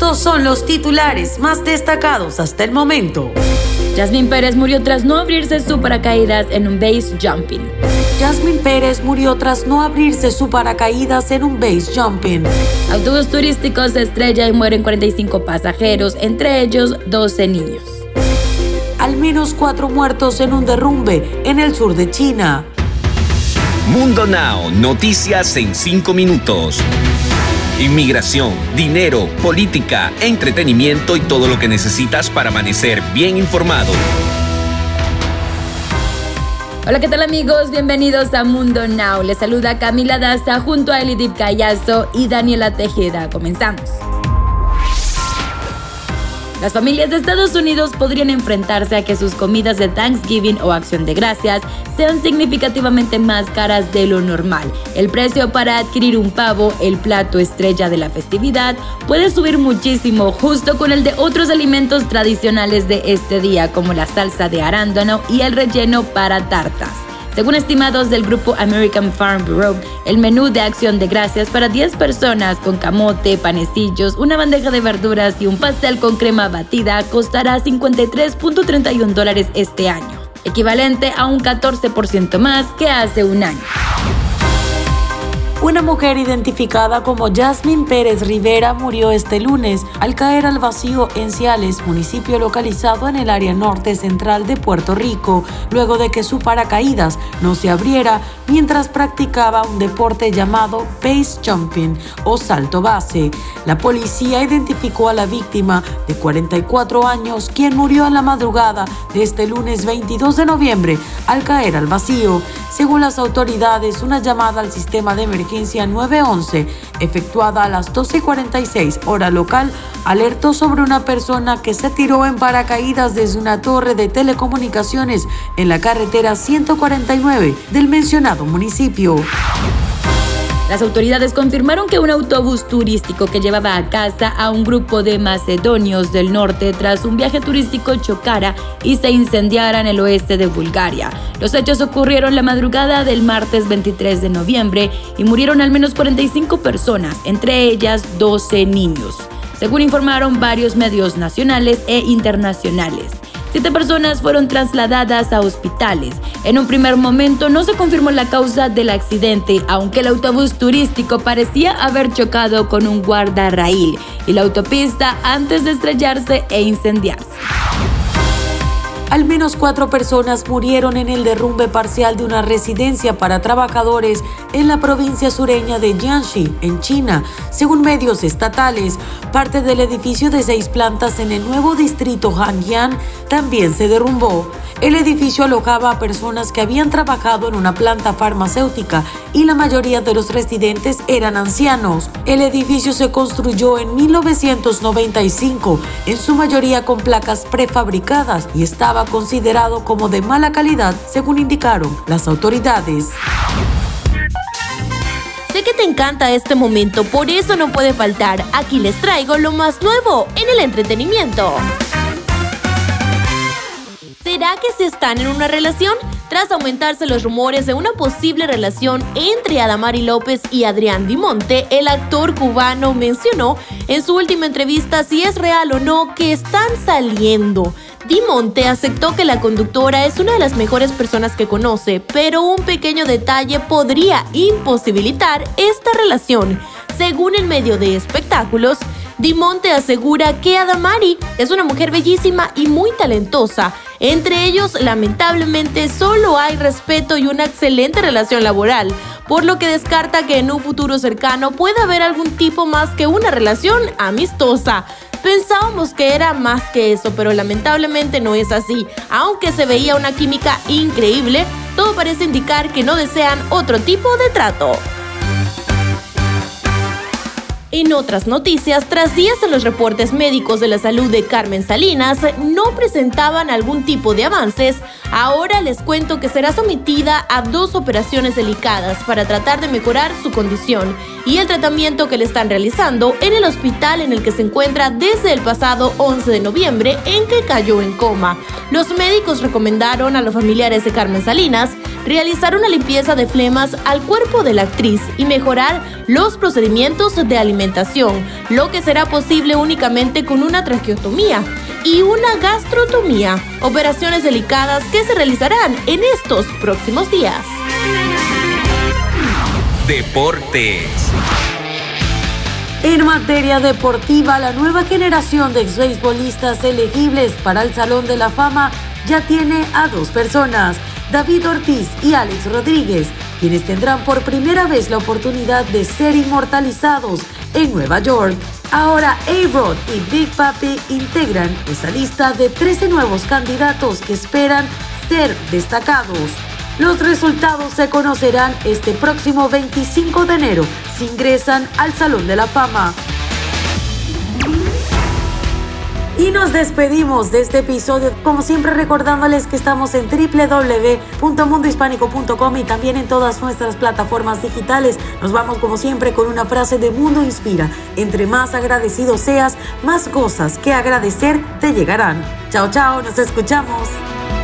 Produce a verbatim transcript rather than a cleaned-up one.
estos son los titulares más destacados hasta el momento. Yasmín Pérez murió tras no abrirse su paracaídas en un base jumping. Yasmín Pérez murió tras no abrirse su paracaídas en un base jumping. Autobús turístico se estrella y mueren cuarenta y cinco pasajeros, entre ellos doce niños. Al menos cuatro muertos en un derrumbe en el sur de China. Mundo Now, noticias en cinco minutos. Inmigración, dinero, política, entretenimiento y todo lo que necesitas para amanecer bien informado. Hola, ¿qué tal amigos? Bienvenidos a Mundo Now. Les saluda Camila Daza junto a Elidip Callazo y Daniela Tejeda. Comenzamos. Las familias de Estados Unidos podrían enfrentarse a que sus comidas de Thanksgiving o Acción de Gracias sean significativamente más caras de lo normal. El precio para adquirir un pavo, el plato estrella de la festividad, puede subir muchísimo justo con el de otros alimentos tradicionales de este día, como la salsa de arándano y el relleno para tartas. Según estimados del grupo American Farm Bureau, el menú de Acción de Gracias para diez personas con camote, panecillos, una bandeja de verduras y un pastel con crema batida costará cincuenta y tres punto treinta y un dólares este año, equivalente a un catorce por ciento más que hace un año. Una mujer identificada como Yasmín Pérez Rivera murió este lunes al caer al vacío en Ciales, municipio localizado en el área norte central de Puerto Rico, luego de que su paracaídas no se abriera mientras practicaba un deporte llamado base jumping o salto base. La policía identificó a la víctima de cuarenta y cuatro años, quien murió en la madrugada de este lunes veintidós de noviembre al caer al vacío. Según las autoridades, una llamada al sistema de emergencia nueve once, efectuada a las doce cuarenta y seis hora local, alertó sobre una persona que se tiró en paracaídas desde una torre de telecomunicaciones en la carretera ciento cuarenta y nueve del mencionado municipio. Las autoridades confirmaron que un autobús turístico que llevaba a casa a un grupo de macedonios del norte tras un viaje turístico chocara y se incendiara en el oeste de Bulgaria. Los hechos ocurrieron la madrugada del martes veintitrés de noviembre y murieron al menos cuarenta y cinco personas, entre ellas doce niños, según informaron varios medios nacionales e internacionales. Siete personas fueron trasladadas a hospitales. En un primer momento no se confirmó la causa del accidente, aunque el autobús turístico parecía haber chocado con un guardarraíl y la autopista antes de estrellarse e incendiarse. Al menos cuatro personas murieron en el derrumbe parcial de una residencia para trabajadores en la provincia sureña de Jiangxi, en China. Según medios estatales, parte del edificio de seis plantas en el nuevo distrito Hanyang también se derrumbó. El edificio alojaba a personas que habían trabajado en una planta farmacéutica y la mayoría de los residentes eran ancianos. El edificio se construyó en mil novecientos noventa y cinco, en su mayoría con placas prefabricadas, y estaba considerado como de mala calidad, según indicaron las autoridades. Sé que te encanta este momento, por eso no puede faltar. Aquí les traigo lo más nuevo en el entretenimiento. ¿Será que se están en una relación? Tras aumentarse los rumores de una posible relación entre Adamari López y Adrián Dimonte, el actor cubano mencionó en su última entrevista si es real o no que están saliendo. Dimonte aceptó que la conductora es una de las mejores personas que conoce, pero un pequeño detalle podría imposibilitar esta relación. Según el medio de espectáculos, Dimonte asegura que Adamari es una mujer bellísima y muy talentosa. Entre ellos, lamentablemente, solo hay respeto y una excelente relación laboral, por lo que descarta que en un futuro cercano pueda haber algún tipo más que una relación amistosa. Pensábamos que era más que eso, pero lamentablemente no es así. Aunque se veía una química increíble, todo parece indicar que no desean otro tipo de trato. En otras noticias, tras días en los reportes médicos de la salud de Carmen Salinas no presentaban algún tipo de avances, ahora les cuento que será sometida a dos operaciones delicadas para tratar de mejorar su condición y el tratamiento que le están realizando en el hospital en el que se encuentra desde el pasado once de noviembre, en que cayó en coma. Los médicos recomendaron a los familiares de Carmen Salinas realizar una limpieza de flemas al cuerpo de la actriz y mejorar los procedimientos de alimentación, lo que será posible únicamente con una traqueotomía y una gastrotomía, operaciones delicadas que se realizarán en estos próximos días. Deportes. En materia deportiva, la nueva generación de exbeisbolistas elegibles para el Salón de la Fama ya tiene a dos personas, David Ortiz y Alex Rodríguez, quienes tendrán por primera vez la oportunidad de ser inmortalizados en Nueva York. Ahora A-Rod y Big Papi integran esa lista de trece nuevos candidatos que esperan ser destacados. Los resultados se conocerán este próximo veinticinco de enero si ingresan al Salón de la Fama. Y nos despedimos de este episodio, como siempre recordándoles que estamos en doble u doble u doble u punto mundo hispánico punto com y también en todas nuestras plataformas digitales. Nos vamos como siempre con una frase de Mundo Inspira: entre más agradecido seas, más cosas que agradecer te llegarán. Chao, chao, nos escuchamos.